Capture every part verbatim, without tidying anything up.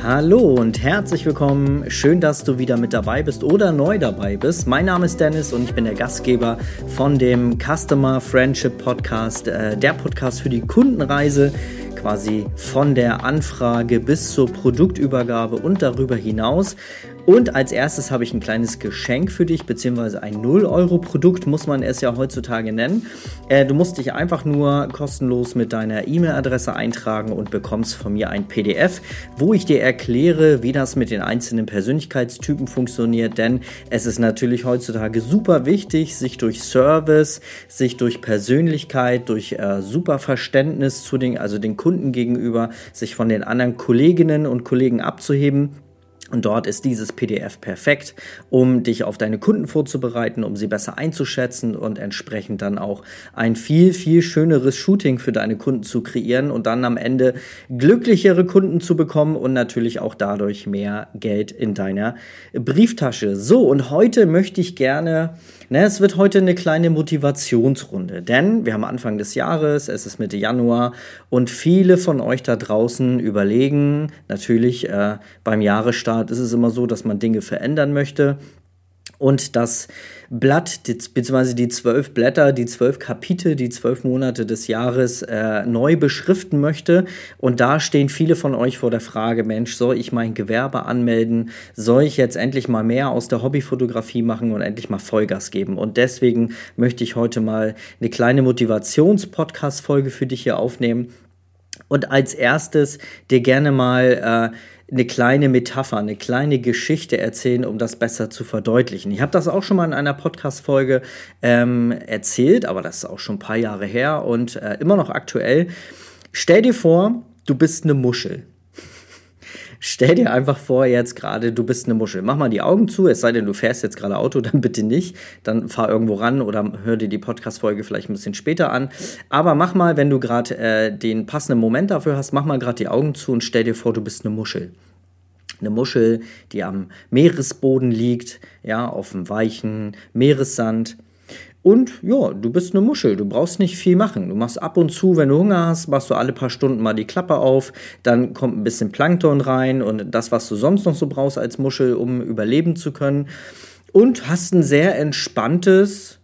Hallo und herzlich willkommen. Schön, dass du wieder mit dabei bist oder neu dabei bist. Mein Name ist Dennis und ich bin der Gastgeber von dem Customer Friendship Podcast, äh, der Podcast für die Kundenreise, quasi von der Anfrage bis zur Produktübergabe und darüber hinaus. Und als erstes habe ich ein kleines Geschenk für dich, beziehungsweise ein null Euro Produkt, muss man es ja heutzutage nennen. Äh, du musst dich einfach nur kostenlos mit deiner E-Mail-Adresse eintragen und bekommst von mir ein P D F, wo ich dir erkläre, wie das mit den einzelnen Persönlichkeitstypen funktioniert. Denn es ist natürlich heutzutage super wichtig, sich durch Service, sich durch Persönlichkeit, durch äh, super Verständnis zu den, also den Kunden gegenüber, sich von den anderen Kolleginnen und Kollegen abzuheben. Und dort ist dieses P D F perfekt, um dich auf deine Kunden vorzubereiten, um sie besser einzuschätzen und entsprechend dann auch ein viel, viel schöneres Shooting für deine Kunden zu kreieren und dann am Ende glücklichere Kunden zu bekommen und natürlich auch dadurch mehr Geld in deiner Brieftasche. So, und heute möchte ich gerne, ne, es wird heute eine kleine Motivationsrunde, denn wir haben Anfang des Jahres, es ist Mitte Januar und viele von euch da draußen überlegen, natürlich äh, beim Jahresstart ist es immer so, dass man Dinge verändern möchte und das Blatt, beziehungsweise die zwölf Blätter, die zwölf Kapitel, die zwölf Monate des Jahres äh, neu beschriften möchte. Und da stehen viele von euch vor der Frage, Mensch, soll ich mein Gewerbe anmelden? Soll ich jetzt endlich mal mehr aus der Hobbyfotografie machen und endlich mal Vollgas geben? Und deswegen möchte ich heute mal eine kleine Motivations-Podcast-Folge für dich hier aufnehmen. Und als erstes dir gerne mal äh, eine kleine Metapher, eine kleine Geschichte erzählen, um das besser zu verdeutlichen. Ich habe das auch schon mal in einer Podcast-Folge ähm, erzählt, aber das ist auch schon ein paar Jahre her und äh, immer noch aktuell. Stell dir vor, du bist eine Muschel. Stell dir einfach vor, jetzt gerade, du bist eine Muschel. Mach mal die Augen zu, es sei denn, du fährst jetzt gerade Auto, dann bitte nicht. Dann fahr irgendwo ran oder hör dir die Podcast-Folge vielleicht ein bisschen später an. Aber mach mal, wenn du gerade äh, den passenden Moment dafür hast, mach mal gerade die Augen zu und stell dir vor, du bist eine Muschel. Eine Muschel, die am Meeresboden liegt, ja, auf dem weichen Meeressand. Und ja, du bist eine Muschel, du brauchst nicht viel machen. Du machst ab und zu, wenn du Hunger hast, machst du alle paar Stunden mal die Klappe auf, dann kommt ein bisschen Plankton rein und das, was du sonst noch so brauchst als Muschel, um überleben zu können. Und hast ein sehr entspanntes,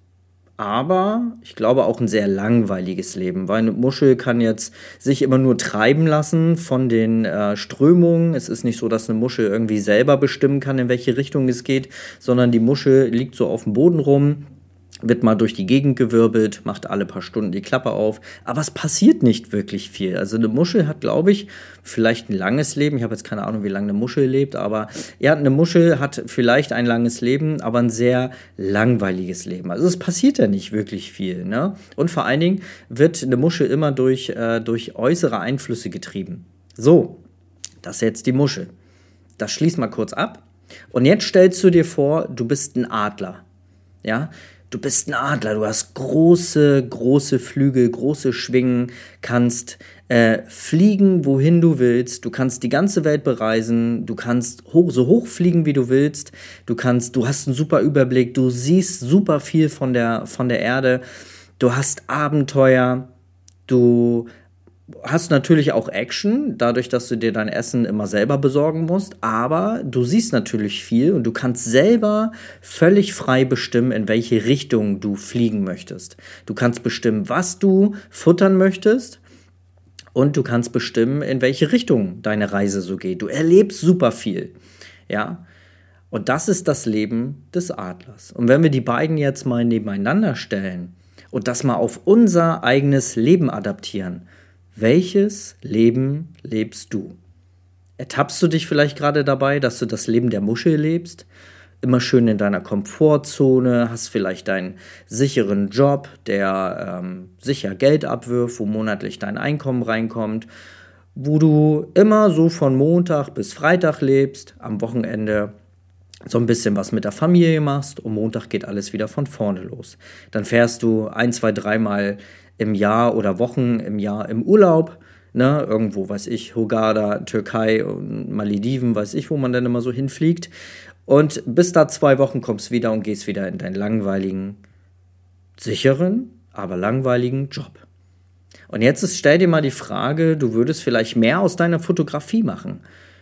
aber ich glaube auch ein sehr langweiliges Leben, weil eine Muschel kann jetzt sich immer nur treiben lassen von den äh, Strömungen. Es ist nicht so, dass eine Muschel irgendwie selber bestimmen kann, in welche Richtung es geht, sondern die Muschel liegt so auf dem Boden rum, wird mal durch die Gegend gewirbelt, macht alle paar Stunden die Klappe auf, aber es passiert nicht wirklich viel. Also eine Muschel hat, glaube ich, vielleicht ein langes Leben. Ich habe jetzt keine Ahnung, wie lange eine Muschel lebt, aber ja, eine Muschel hat vielleicht ein langes Leben, aber ein sehr langweiliges Leben. Also es passiert ja nicht wirklich viel, ne? Und vor allen Dingen wird eine Muschel immer durch, äh, durch äußere Einflüsse getrieben. So, das ist jetzt die Muschel. Das schließ mal kurz ab. Und jetzt stellst du dir vor, du bist ein Adler, ja? Du bist ein Adler, du hast große, große Flügel, große Schwingen, kannst äh, fliegen, wohin du willst, du kannst die ganze Welt bereisen, du kannst hoch, so hoch fliegen, wie du willst, du kannst, du hast einen super Überblick, du siehst super viel von der, von der Erde, du hast Abenteuer, du hast natürlich auch Action, dadurch, dass du dir dein Essen immer selber besorgen musst, aber du siehst natürlich viel und du kannst selber völlig frei bestimmen, in welche Richtung du fliegen möchtest. Du kannst bestimmen, was du futtern möchtest und du kannst bestimmen, in welche Richtung deine Reise so geht. Du erlebst super viel, ja. Und das ist das Leben des Adlers. Und wenn wir die beiden jetzt mal nebeneinander stellen und das mal auf unser eigenes Leben adaptieren, welches Leben lebst du? Ertappst du dich vielleicht gerade dabei, dass du das Leben der Muschel lebst? Immer schön in deiner Komfortzone, hast vielleicht deinen sicheren Job, der ähm, sicher Geld abwirft, wo monatlich dein Einkommen reinkommt, wo du immer so von Montag bis Freitag lebst, am Wochenende so ein bisschen was mit der Familie machst und Montag geht alles wieder von vorne los. Dann fährst du ein, zwei, dreimal im Jahr oder Wochen im Jahr im Urlaub, ne, irgendwo, weiß ich, Hurghada, Türkei und Malediven, weiß ich, wo man dann immer so hinfliegt. Und bis da zwei Wochen kommst wieder und gehst wieder in deinen langweiligen, sicheren, aber langweiligen Job. Und jetzt ist, stell dir mal die Frage, du würdest vielleicht mehr aus deiner Fotografie machen.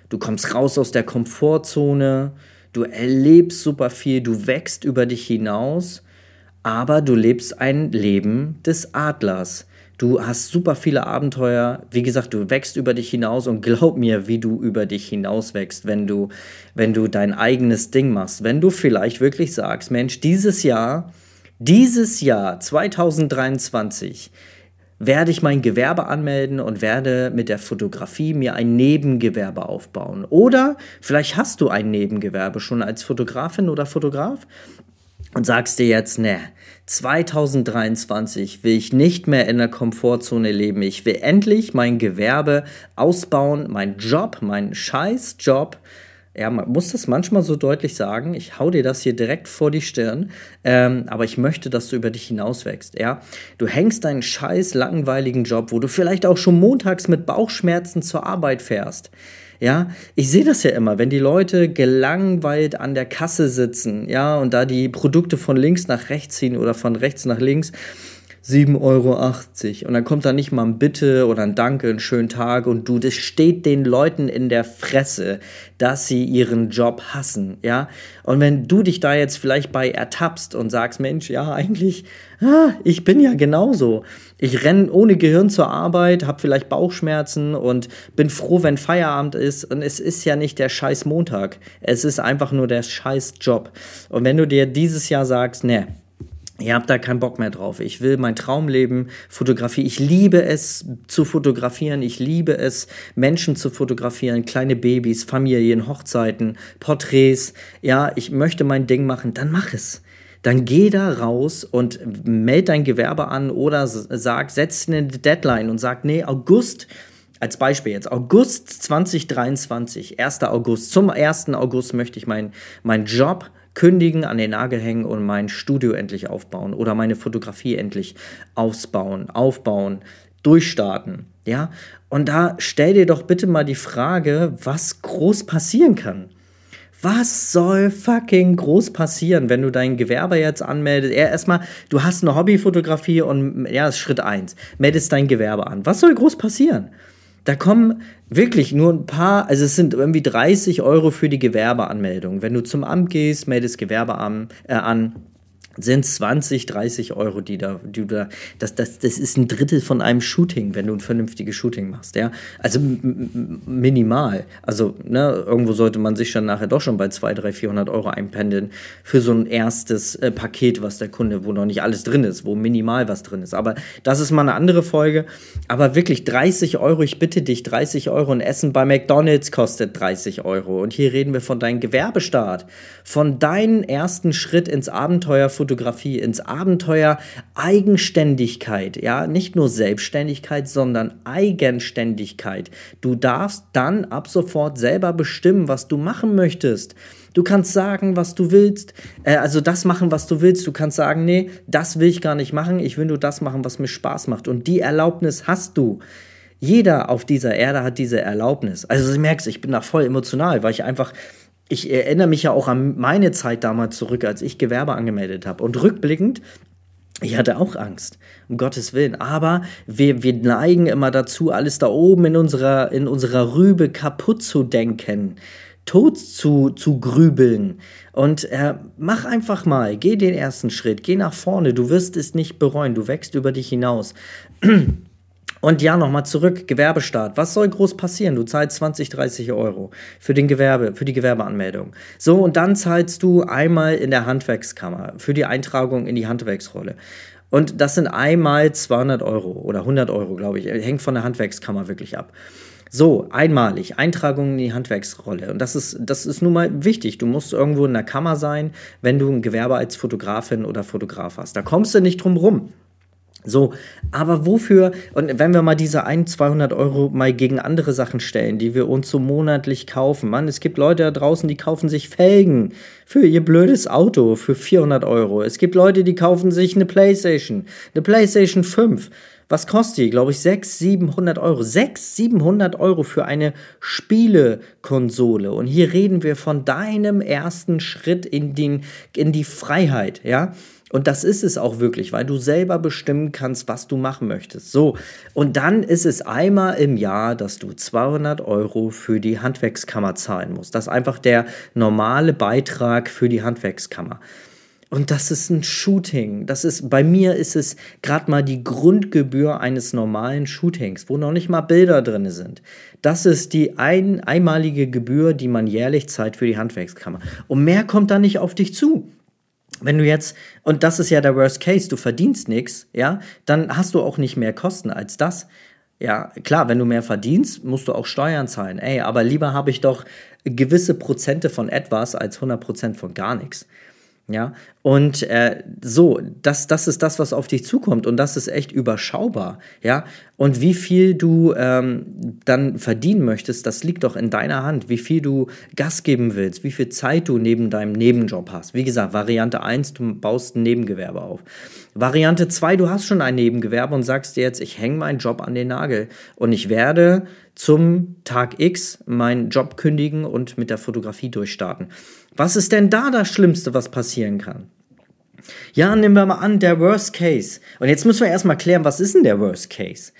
du kommst raus aus der Komfortzone, du erlebst super viel, du wächst über dich hinaus, aber du lebst ein Leben des Adlers. Du hast super viele Abenteuer, wie gesagt, du wächst über dich hinaus und glaub mir, wie du über dich hinaus wächst, wenn du, wenn du dein eigenes Ding machst. Wenn du vielleicht wirklich sagst, Mensch, dieses Jahr, dieses Jahr zwanzig dreiundzwanzig werde ich mein Gewerbe anmelden und werde mit der Fotografie mir ein Nebengewerbe aufbauen. Oder vielleicht hast du ein Nebengewerbe schon als Fotografin oder Fotograf und sagst dir jetzt, ne, zwanzig dreiundzwanzig will ich nicht mehr in der Komfortzone leben. Ich will endlich mein Gewerbe ausbauen, mein Job, meinen Scheißjob. Ja, man muss das manchmal so deutlich sagen. Ich hau dir das hier direkt vor die Stirn. Ähm, aber ich möchte, dass du über dich hinauswächst. Ja? Du hängst deinen scheiß langweiligen Job, wo du vielleicht auch schon montags mit Bauchschmerzen zur Arbeit fährst. Ja, ich sehe das ja immer, wenn die Leute gelangweilt an der Kasse sitzen, ja, und da die Produkte von links nach rechts ziehen oder von rechts nach links, sieben Euro achtzig. Und dann kommt da nicht mal ein Bitte oder ein Danke, einen schönen Tag und du, das steht den Leuten in der Fresse, dass sie ihren Job hassen, ja. Und wenn du dich da jetzt vielleicht bei ertappst und sagst, Mensch, ja, eigentlich, ah, ich bin ja genauso. Ich renne ohne Gehirn zur Arbeit, habe vielleicht Bauchschmerzen und bin froh, wenn Feierabend ist. Und es ist ja nicht der scheiß Montag. Es ist einfach nur der scheiß Job. Und wenn du dir dieses Jahr sagst, ne, ihr habt da keinen Bock mehr drauf. Ich will mein Traumleben, Fotografie. Ich liebe es zu fotografieren. Ich liebe es, Menschen zu fotografieren. Kleine Babys, Familien, Hochzeiten, Porträts. Ja, ich möchte mein Ding machen. Dann mach es. Dann geh da raus und meld dein Gewerbe an oder sag, setz eine Deadline und sag, nee, August, als Beispiel jetzt, August zwanzig dreiundzwanzig, erster August. Zum ersten August möchte ich meinen mein Job kündigen, an den Nagel hängen und mein Studio endlich aufbauen oder meine Fotografie endlich ausbauen, aufbauen, durchstarten, ja? Und da stell dir doch bitte mal die Frage, was groß passieren kann. Was soll fucking groß passieren, wenn du dein Gewerbe jetzt anmeldest? Ja, erstmal, du hast eine Hobbyfotografie und ja, das ist Schritt eins. Meldest dein Gewerbe an. Was soll groß passieren? Da kommen wirklich nur ein paar, also es sind irgendwie dreißig Euro für die Gewerbeanmeldung. Wenn du zum Amt gehst, meldest Gewerbe an, äh, an sind zwanzig, dreißig Euro, die da, die da, das, das, das ist ein Drittel von einem Shooting, wenn du ein vernünftiges Shooting machst, ja. Also m- m- minimal. Also, ne, irgendwo sollte man sich dann nachher doch schon bei zweihundert, dreihundert, vierhundert Euro einpendeln für so ein erstes äh, Paket, was der Kunde, wo noch nicht alles drin ist, wo minimal was drin ist. Aber das ist mal eine andere Folge. Aber wirklich dreißig Euro, ich bitte dich, dreißig Euro ein Essen bei McDonald's kostet dreißig Euro. Und hier reden wir von deinem Gewerbestart, von deinem ersten Schritt ins Abenteuer Fotografie, ins Abenteuer Eigenständigkeit, ja, nicht nur Selbstständigkeit, sondern Eigenständigkeit. Du darfst dann ab sofort selber bestimmen, was du machen möchtest. Du kannst sagen, was du willst, äh, also das machen, was du willst. Du kannst sagen, nee, das will ich gar nicht machen, ich will nur das machen, was mir Spaß macht. Und die Erlaubnis hast du. Jeder auf dieser Erde hat diese Erlaubnis. Also du merkst, ich bin da voll emotional, weil ich einfach Ich erinnere mich ja auch an meine Zeit damals zurück, als ich Gewerbe angemeldet habe. Und rückblickend, ich hatte auch Angst, um Gottes Willen. Aber wir, wir neigen immer dazu, alles da oben in unserer, in unserer Rübe kaputt zu denken, tot zu, zu grübeln. Und äh, mach einfach mal, geh den ersten Schritt, geh nach vorne. Du wirst es nicht bereuen, du wächst über dich hinaus. Und ja, nochmal zurück, Gewerbestart. Was soll groß passieren? Du zahlst zwanzig, dreißig Euro für den Gewerbe, für die Gewerbeanmeldung. So, und dann zahlst du einmal in der Handwerkskammer für die Eintragung in die Handwerksrolle. Und das sind einmal zweihundert Euro oder hundert Euro, glaube ich. Hängt von der Handwerkskammer wirklich ab. So, einmalig, Eintragung in die Handwerksrolle. Und das ist, das ist nun mal wichtig. Du musst irgendwo in der Kammer sein, wenn du ein Gewerbe als Fotografin oder Fotograf hast. Da kommst du nicht drum rum. So, aber wofür, und wenn wir mal diese ein-, zweihundert Euro mal gegen andere Sachen stellen, die wir uns so monatlich kaufen, Mann, es gibt Leute da draußen, die kaufen sich Felgen für ihr blödes Auto für vierhundert Euro. Es gibt Leute, die kaufen sich eine Playstation, eine Playstation fünf. Was kostet die? Glaube ich sechshundert, siebenhundert Euro. sechshundert, siebenhundert Euro für eine Spielekonsole. Und hier reden wir von deinem ersten Schritt in, den, in die Freiheit, ja. Und das ist es auch wirklich, weil du selber bestimmen kannst, was du machen möchtest. So, und dann ist es einmal im Jahr, dass du zweihundert Euro für die Handwerkskammer zahlen musst. Das ist einfach der normale Beitrag für die Handwerkskammer. Und das ist ein Shooting. Das ist, bei mir ist es gerade mal die Grundgebühr eines normalen Shootings, wo noch nicht mal Bilder drin sind. Das ist die ein, einmalige Gebühr, die man jährlich zahlt für die Handwerkskammer. Und mehr kommt da nicht auf dich zu. Wenn du jetzt, und das ist ja der Worst Case, du verdienst nichts, ja, dann hast du auch nicht mehr Kosten als das. Ja, klar, wenn du mehr verdienst, musst du auch Steuern zahlen. Ey, aber lieber habe ich doch gewisse Prozente von etwas als hundert Prozent von gar nichts. Ja, und äh, so, das, das ist das, was auf dich zukommt und das ist echt überschaubar, ja, und wie viel du ähm, dann verdienen möchtest, das liegt doch in deiner Hand, wie viel du Gas geben willst, wie viel Zeit du neben deinem Nebenjob hast. Wie gesagt, Variante eins, du baust ein Nebengewerbe auf. Variante zwei, du hast schon ein Nebengewerbe und sagst dir jetzt, ich hänge meinen Job an den Nagel und ich werde zum Tag X meinen Job kündigen und mit der Fotografie durchstarten. Was ist denn da das Schlimmste, was passieren kann? Ja, nehmen wir mal an, der Worst Case. Und jetzt müssen wir erstmal klären, was ist denn der Worst Case?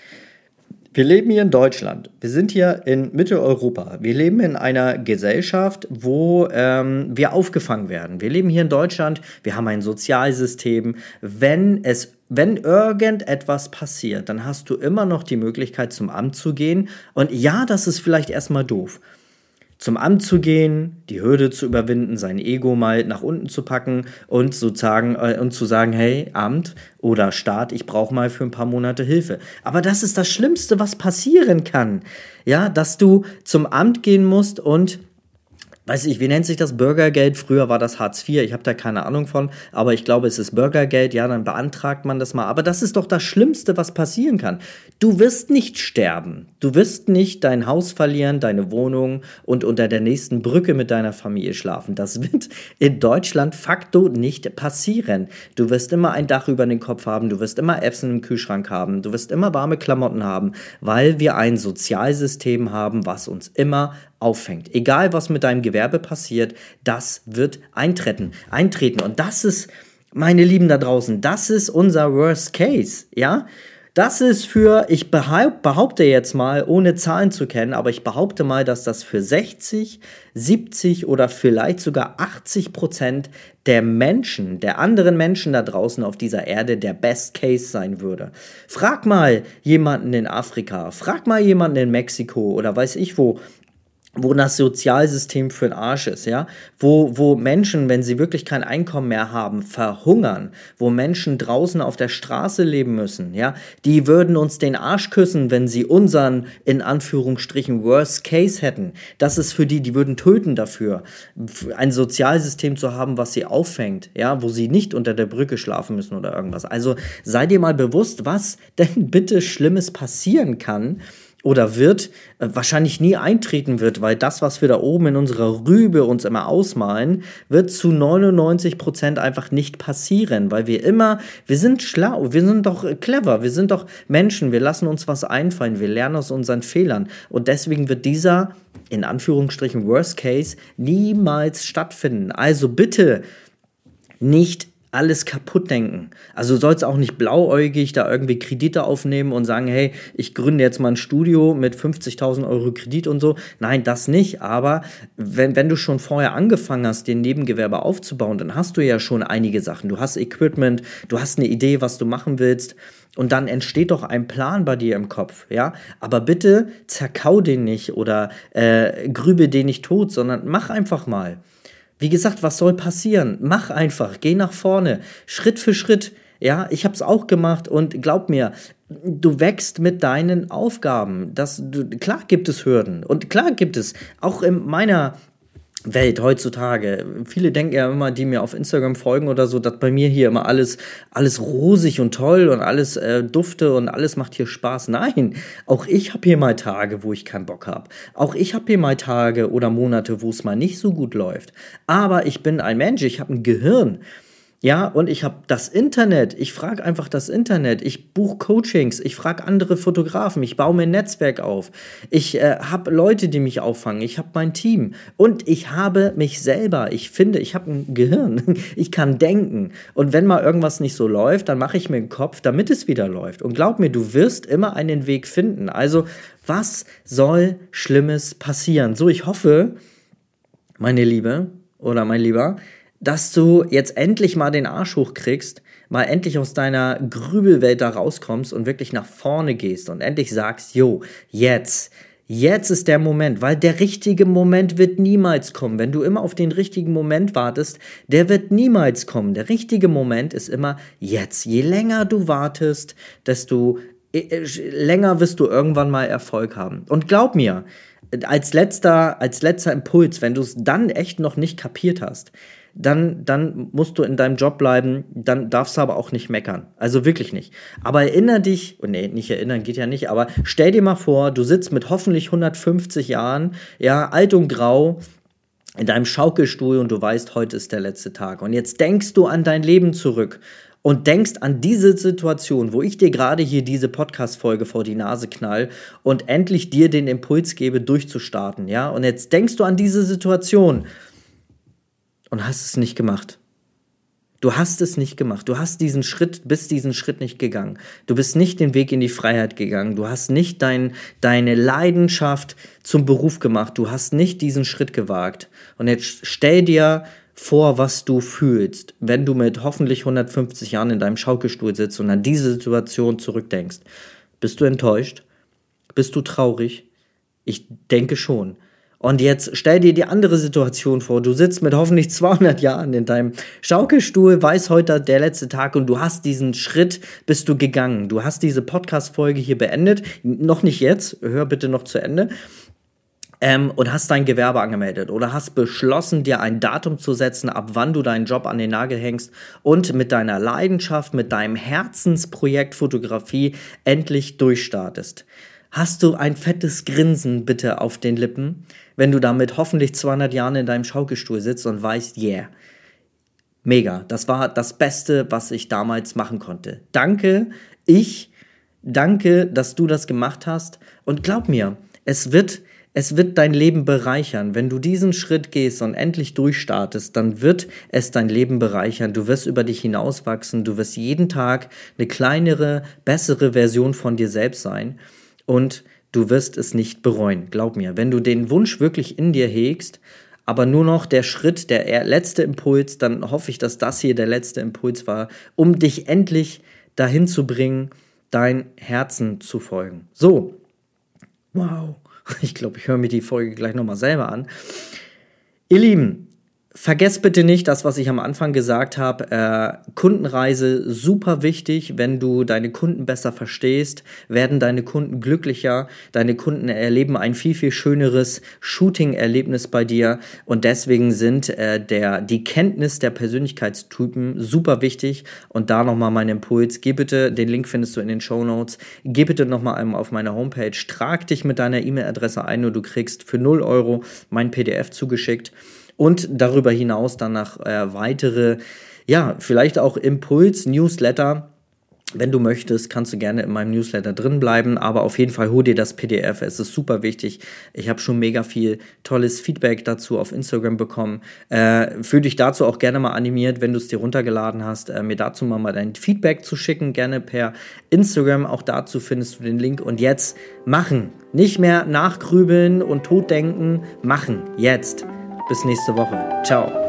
Wir leben hier in Deutschland. Wir sind hier in Mitteleuropa. Wir leben in einer Gesellschaft, wo ähm, wir aufgefangen werden. Wir leben hier in Deutschland. Wir haben ein Sozialsystem. Wenn es Wenn irgendetwas passiert, dann hast du immer noch die Möglichkeit, zum Amt zu gehen. Und ja, das ist vielleicht erstmal doof. Zum Amt zu gehen, die Hürde zu überwinden, sein Ego mal nach unten zu packen und sozusagen äh, und zu sagen, hey, Amt oder Staat, ich brauche mal für ein paar Monate Hilfe. Aber das ist das Schlimmste, was passieren kann. Ja, dass du zum Amt gehen musst und weiß ich, wie nennt sich das? Bürgergeld? Früher war das Hartz vier, ich habe da keine Ahnung von, aber ich glaube, es ist Bürgergeld, ja, dann beantragt man das mal. Aber das ist doch das Schlimmste, was passieren kann. Du wirst nicht sterben. Du wirst nicht dein Haus verlieren, deine Wohnung und unter der nächsten Brücke mit deiner Familie schlafen. Das wird in Deutschland facto nicht passieren. Du wirst immer ein Dach über den Kopf haben, du wirst immer Essen im Kühlschrank haben, du wirst immer warme Klamotten haben, weil wir ein Sozialsystem haben, was uns immer auffängt. Egal, was mit deinem Gewerbe passiert, das wird eintreten. eintreten. Und das ist, meine Lieben da draußen, das ist unser Worst Case, ja? Das ist für, ich behaupte jetzt mal, ohne Zahlen zu kennen, aber ich behaupte mal, dass das für sechzig, siebzig oder vielleicht sogar achtzig Prozent der Menschen, der anderen Menschen da draußen auf dieser Erde der Best Case sein würde. Frag mal jemanden in Afrika, frag mal jemanden in Mexiko oder weiß ich wo, wo das Sozialsystem für den Arsch ist, ja, wo, wo Menschen, wenn sie wirklich kein Einkommen mehr haben, verhungern, wo Menschen draußen auf der Straße leben müssen, ja, die würden uns den Arsch küssen, wenn sie unseren, in Anführungsstrichen, Worst Case hätten. Das ist für die, die würden töten dafür, ein Sozialsystem zu haben, was sie auffängt, ja, wo sie nicht unter der Brücke schlafen müssen oder irgendwas. Also sei dir mal bewusst, was denn bitte Schlimmes passieren kann, oder wird, äh, wahrscheinlich nie eintreten wird, weil das, was wir da oben in unserer Rübe uns immer ausmalen, wird zu neunundneunzig Prozent einfach nicht passieren, weil wir immer, wir sind schlau, wir sind doch clever, wir sind doch Menschen, wir lassen uns was einfallen, wir lernen aus unseren Fehlern und deswegen wird dieser, in Anführungsstrichen, Worst Case niemals stattfinden. Also bitte nicht alles kaputt denken. Also du sollst auch nicht blauäugig da irgendwie Kredite aufnehmen und sagen, hey, ich gründe jetzt mal ein Studio mit fünfzigtausend Euro Kredit und so. Nein, das nicht. Aber wenn, wenn du schon vorher angefangen hast, den Nebengewerbe aufzubauen, dann hast du ja schon einige Sachen. Du hast Equipment, du hast eine Idee, was du machen willst. Und dann entsteht doch ein Plan bei dir im Kopf, ja. Aber bitte zerkau den nicht oder äh, grübel den nicht tot, sondern mach einfach mal. Wie gesagt, was soll passieren? Mach einfach, geh nach vorne, Schritt für Schritt. Ja, ich habe es auch gemacht und glaub mir, du wächst mit deinen Aufgaben. Das, du, klar gibt es Hürden und klar gibt es auch in meiner Welt heutzutage. Viele denken ja immer, die mir auf Instagram folgen oder so, dass bei mir hier immer alles alles rosig und toll und alles äh, dufte und alles macht hier Spaß. Nein, auch ich habe hier mal Tage, wo ich keinen Bock habe. Auch ich habe hier mal Tage oder Monate, wo es mal nicht so gut läuft. Aber ich bin ein Mensch, ich habe ein Gehirn. Ja, und ich habe das Internet. Ich frage einfach das Internet. Ich buche Coachings. Ich frage andere Fotografen. Ich baue mir ein Netzwerk auf. Ich äh, habe Leute, die mich auffangen. Ich habe mein Team. Und ich habe mich selber. Ich finde, ich habe ein Gehirn. Ich kann denken. Und wenn mal irgendwas nicht so läuft, dann mache ich mir einen Kopf, damit es wieder läuft. Und glaub mir, du wirst immer einen Weg finden. Also, was soll Schlimmes passieren? So, ich hoffe, meine Liebe oder mein Lieber, dass du jetzt endlich mal den Arsch hochkriegst, mal endlich aus deiner Grübelwelt da rauskommst und wirklich nach vorne gehst und endlich sagst, jo, jetzt, jetzt ist der Moment, weil der richtige Moment wird niemals kommen. Wenn du immer auf den richtigen Moment wartest, der wird niemals kommen. Der richtige Moment ist immer jetzt. Je länger du wartest, desto länger wirst du irgendwann mal Erfolg haben. Und glaub mir, als letzter, als letzter Impuls, wenn du es dann echt noch nicht kapiert hast, Dann, dann musst du in deinem Job bleiben, dann darfst du aber auch nicht meckern. Also wirklich nicht. Aber erinnere dich, oh nee, nicht erinnern geht ja nicht, aber stell dir mal vor, du sitzt mit hoffentlich hundertfünfzig Jahren, ja, alt und grau, in deinem Schaukelstuhl und du weißt, heute ist der letzte Tag. Und jetzt denkst du an dein Leben zurück und denkst an diese Situation, wo ich dir gerade hier diese Podcast-Folge vor die Nase knall und endlich dir den Impuls gebe, durchzustarten, ja. Und jetzt denkst du an diese Situation und hast es nicht gemacht. Du hast es nicht gemacht. Du hast diesen Schritt, bist diesen Schritt nicht gegangen. Du bist nicht den Weg in die Freiheit gegangen. Du hast nicht dein, deine Leidenschaft zum Beruf gemacht. Du hast nicht diesen Schritt gewagt. Und jetzt stell dir vor, was du fühlst, wenn du mit hoffentlich hundertfünfzig Jahren in deinem Schaukelstuhl sitzt und an diese Situation zurückdenkst. Bist du enttäuscht? Bist du traurig? Ich denke schon. Und jetzt stell dir die andere Situation vor. Du sitzt mit hoffentlich zweihundert Jahren in deinem Schaukelstuhl, weiß heute der letzte Tag und du hast diesen Schritt, bist du gegangen. Du hast diese Podcast-Folge hier beendet. Noch nicht jetzt, hör bitte noch zu Ende. Ähm, und hast dein Gewerbe angemeldet oder hast beschlossen, dir ein Datum zu setzen, ab wann du deinen Job an den Nagel hängst und mit deiner Leidenschaft, mit deinem Herzensprojekt Fotografie endlich durchstartest. Hast du ein fettes Grinsen bitte auf den Lippen, wenn du da mit hoffentlich zweihundert Jahren in deinem Schaukelstuhl sitzt und weißt, yeah, mega, das war das Beste, was ich damals machen konnte. Danke, ich, danke, dass du das gemacht hast und glaub mir, es wird, es wird dein Leben bereichern. Wenn du diesen Schritt gehst und endlich durchstartest, dann wird es dein Leben bereichern. Du wirst über dich hinauswachsen, du wirst jeden Tag eine kleinere, bessere Version von dir selbst sein. Und du wirst es nicht bereuen, glaub mir. Wenn du den Wunsch wirklich in dir hegst, aber nur noch der Schritt, der letzte Impuls, dann hoffe ich, dass das hier der letzte Impuls war, um dich endlich dahin zu bringen, dein Herzen zu folgen. So, wow, ich glaube, ich höre mir die Folge gleich nochmal selber an. Ihr Lieben, vergesst bitte nicht das, was ich am Anfang gesagt habe. Äh, Kundenreise, super wichtig. Wenn du deine Kunden besser verstehst, werden deine Kunden glücklicher. Deine Kunden erleben ein viel, viel schöneres Shooting-Erlebnis bei dir. Und deswegen sind äh, der, die Kenntnis der Persönlichkeitstypen super wichtig. Und da nochmal mein Impuls. Geh bitte, den Link findest du in den Shownotes. Geh bitte nochmal einmal auf meine Homepage. Trag dich mit deiner E-Mail-Adresse ein und du kriegst für null Euro mein P D F zugeschickt. Und darüber hinaus dann noch äh, weitere, ja, vielleicht auch Impuls-Newsletter. Wenn du möchtest, kannst du gerne in meinem Newsletter drin bleiben, aber auf jeden Fall hol dir das P D F, es ist super wichtig. Ich habe schon mega viel tolles Feedback dazu auf Instagram bekommen. Äh, fühl dich dazu auch gerne mal animiert, wenn du es dir runtergeladen hast, äh, mir dazu mal, mal dein Feedback zu schicken, gerne per Instagram. Auch dazu findest du den Link. Und jetzt machen, nicht mehr nachgrübeln und totdenken, machen, jetzt. Bis nächste Woche. Ciao.